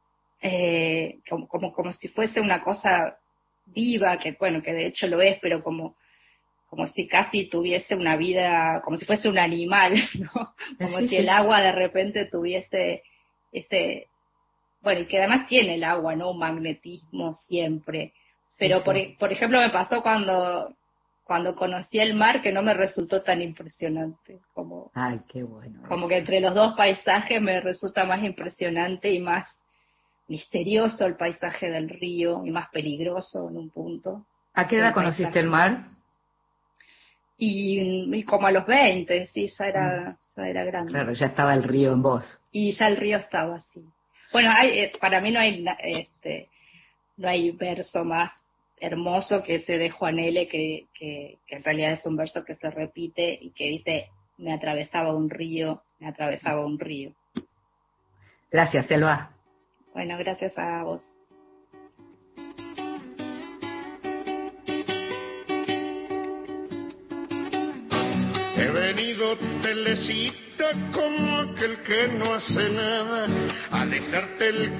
eh, como, como como si fuese una cosa viva, que bueno, que de hecho lo es, pero como como si casi tuviese una vida, como si fuese un animal, ¿no? Como Sí, si sí. el agua de repente tuviese ese, bueno, y que además tiene el agua, ¿no? Un magnetismo siempre. Pero Sí, por, sí. por ejemplo me pasó cuando cuando conocí el mar, que no me resultó tan impresionante, como Ay, qué bueno. como que entre los dos paisajes me resulta más impresionante y más misterioso el paisaje del río, y más peligroso en un punto. ¿A qué el edad conociste paisaje. el mar? Y, y como a los veinte, sí, ya era, Mm. ya era grande. Claro, ya estaba el río en vos. Y ya el río estaba así. Bueno, hay, eh, para mí no hay na- este no hay verso más hermoso que ese de Juan L., que, que, que en realidad es un verso que se repite y que dice: me atravesaba un río, me atravesaba un río. Gracias, Selva. Bueno, gracias a vos. He venido, Telecita, como aquel que no hace nada, a dejarte el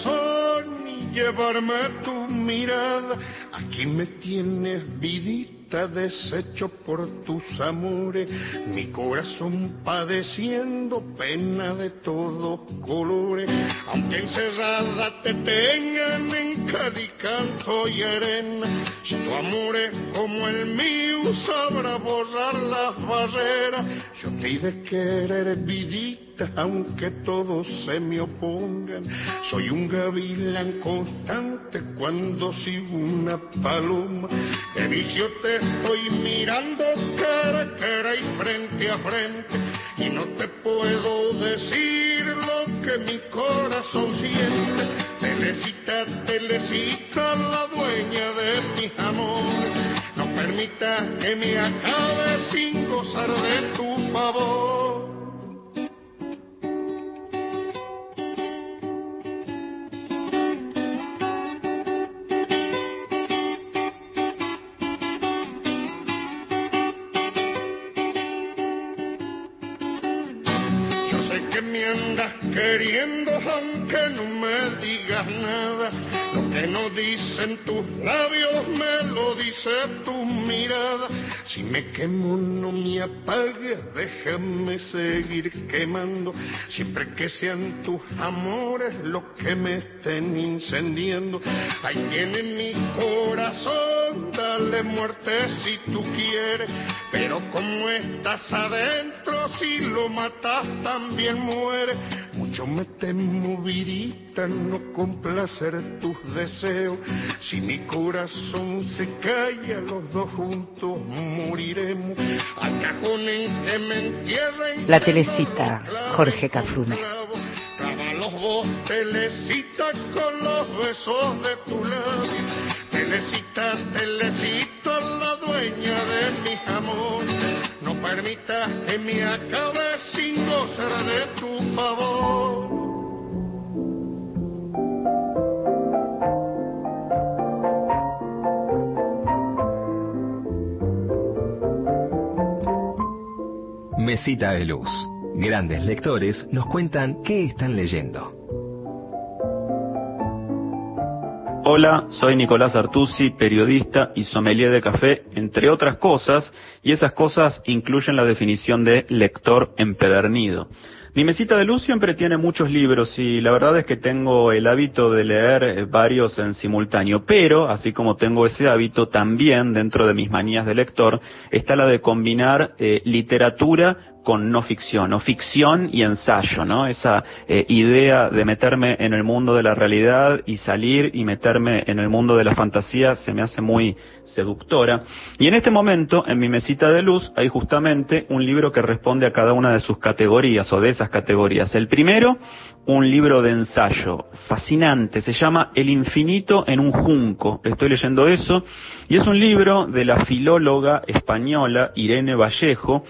corazón y llevarme tu mirada. Aquí me tienes, vidita, está deshecho por tus amores, mi corazón padeciendo pena de todos colores. Aunque encerrada te tengan en cada canto y arena, si tu amor es como el mío sabrá borrar las barreras. Yo te he de querer, vidita, aunque todos se me opongan. Soy un gavilán constante cuando sigo una paloma. De vicio te estoy mirando cara a cara y frente a frente, y no te puedo decir lo que mi corazón siente. Telecita, Telecita, la dueña de mis amores, no permita que me acabe sin gozar de tu favor. Yo sé que me andas queriendo aunque no me digas nada. Lo que no dicen tus labios me lo dice tu mirada. Si me quemo no me apague, déjame seguir quemando, siempre que sean tus amores los que me estén incendiando. Ahí tiene mi corazón, dale muerte si tú quieres, pero como estás adentro, si lo matas también muere. Mucho me temo, virita, no complacer tus deseos. Si mi corazón se calla, los dos juntos moriremos. Al cajón en que me entierren. La Telecita, Jorge Cafrune. Clava los vos, Telecita, con los besos de tu labio. Telecita, Telecita, la dueña de mis amores, no permitas que me acabe sin gozar de tu favor. Mesita de Luz. Grandes lectores nos cuentan qué están leyendo. Hola, soy Nicolás Artusi, periodista y sommelier de café, entre otras cosas, y esas cosas incluyen la definición de lector empedernido. Mi mesita de luz siempre tiene muchos libros y la verdad es que tengo el hábito de leer varios en simultáneo, pero así como tengo ese hábito, también dentro de mis manías de lector está la de combinar eh, literatura con no ficción, o ficción y ensayo, ¿no? Esa eh, idea de meterme en el mundo de la realidad y salir y meterme en el mundo de la fantasía se me hace muy seductora. Y en este momento, en mi mesita de luz, hay justamente un libro que responde a cada una de sus categorías, o de esas categorías. El primero, un libro de ensayo fascinante, se llama El infinito en un junco. Estoy leyendo eso, y es un libro de la filóloga española Irene Vallejo,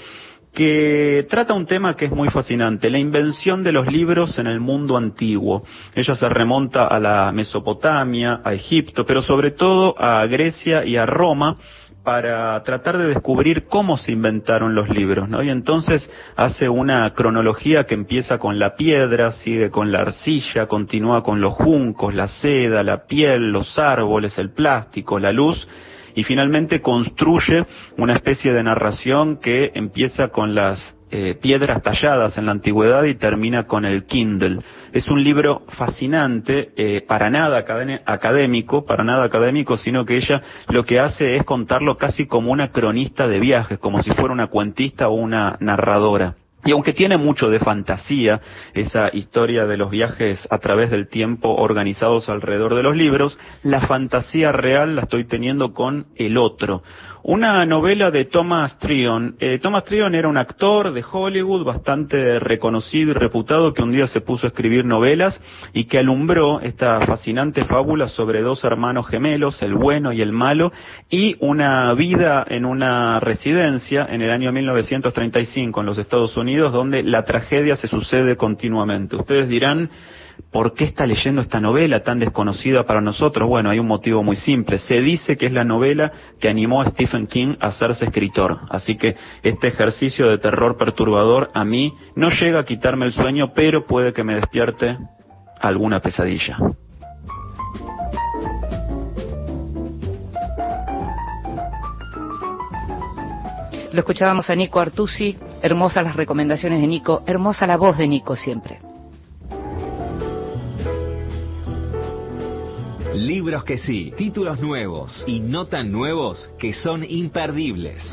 que trata un tema que es muy fascinante, la invención de los libros en el mundo antiguo. Ella se remonta a la Mesopotamia, a Egipto, pero sobre todo a Grecia y a Roma, para tratar de descubrir cómo se inventaron los libros, ¿no? Y entonces hace una cronología que empieza con la piedra, sigue con la arcilla, continúa con los juncos, la seda, la piel, los árboles, el plástico, la luz, y finalmente construye una especie de narración que empieza con las eh, piedras talladas en la antigüedad y termina con el Kindle. Es un libro fascinante, eh, para nada académico, para nada académico, sino que ella lo que hace es contarlo casi como una cronista de viajes, como si fuera una cuentista o una narradora. Y aunque tiene mucho de fantasía, esa historia de los viajes a través del tiempo organizados alrededor de los libros, la fantasía real la estoy teniendo con El Otro, una novela de Thomas Tryon. Eh, Thomas Tryon era un actor de Hollywood bastante reconocido y reputado que un día se puso a escribir novelas y que alumbró esta fascinante fábula sobre dos hermanos gemelos, el bueno y el malo, y una vida en una residencia en el año mil novecientos treinta y cinco en los Estados Unidos, donde la tragedia se sucede continuamente. Ustedes dirán, ¿por qué está leyendo esta novela tan desconocida para nosotros? Bueno, hay un motivo muy simple. Se dice que es la novela que animó a Stephen King a hacerse escritor. Así que este ejercicio de terror perturbador a mí no llega a quitarme el sueño, pero puede que me despierte alguna pesadilla. Lo escuchábamos a Nico Artusi, hermosas las recomendaciones de Nico, hermosa la voz de Nico siempre. Libros que sí, títulos nuevos y no tan nuevos que son imperdibles.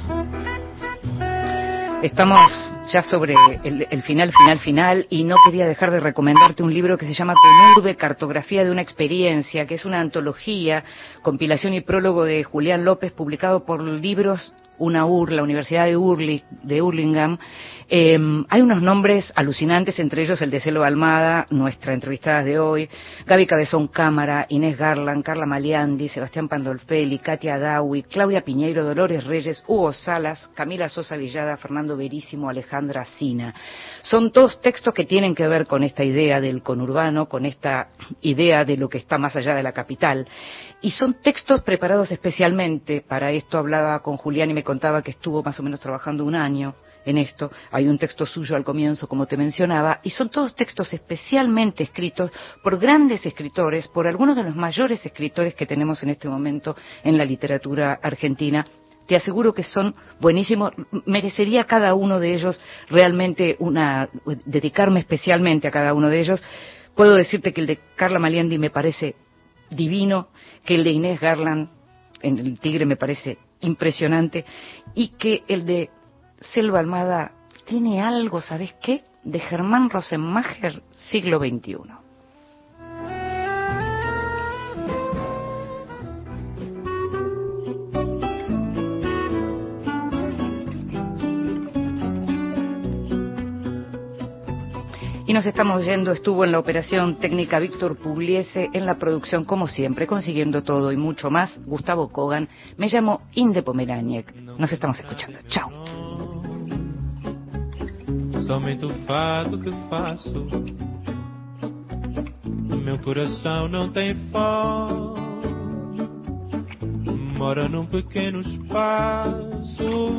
Estamos ya sobre el, el final, final, final, y no quería dejar de recomendarte un libro que se llama Penurbe, Cartografía de una Experiencia, que es una antología, compilación y prólogo de Julián López, publicado por Libros UNAUR, la Universidad de, Urli, de Hurlingham. Eh, hay unos nombres alucinantes, entre ellos el de Selva Almada, nuestra entrevistada de hoy, Gaby Cabezón Cámara, Inés Garland, Carla Maliandi, Sebastián Pandolfelli, Katia Dawi, Claudia Piñeiro, Dolores Reyes, Hugo Salas, Camila Sosa Villada, Fernando Verísimo, Alejandra Sina. Son todos textos que tienen que ver con esta idea del conurbano, con esta idea de lo que está más allá de la capital. Y son textos preparados especialmente para esto. Hablaba con Julián y me contaba que estuvo más o menos trabajando un año en esto. Hay un texto suyo al comienzo, como te mencionaba, y son todos textos especialmente escritos por grandes escritores, por algunos de los mayores escritores que tenemos en este momento en la literatura argentina. Te aseguro que son buenísimos. Merecería cada uno de ellos realmente una, dedicarme especialmente a cada uno de ellos. Puedo decirte que el de Carla Maliandi me parece divino, que el de Inés Garland en El Tigre me parece impresionante, y que el de Selva Almada tiene algo, ¿sabes qué?, de Germán Rosenmacher, siglo veintiuno. Y nos estamos yendo. Estuvo en la operación técnica Víctor Pugliese, en la producción, como siempre, consiguiendo todo y mucho más, Gustavo Kogan. Me llamo Inde Pomeraniec. Nos estamos escuchando. Chao. Somente o fato que faço, meu coração não tem fome, mora num pequeno espaço.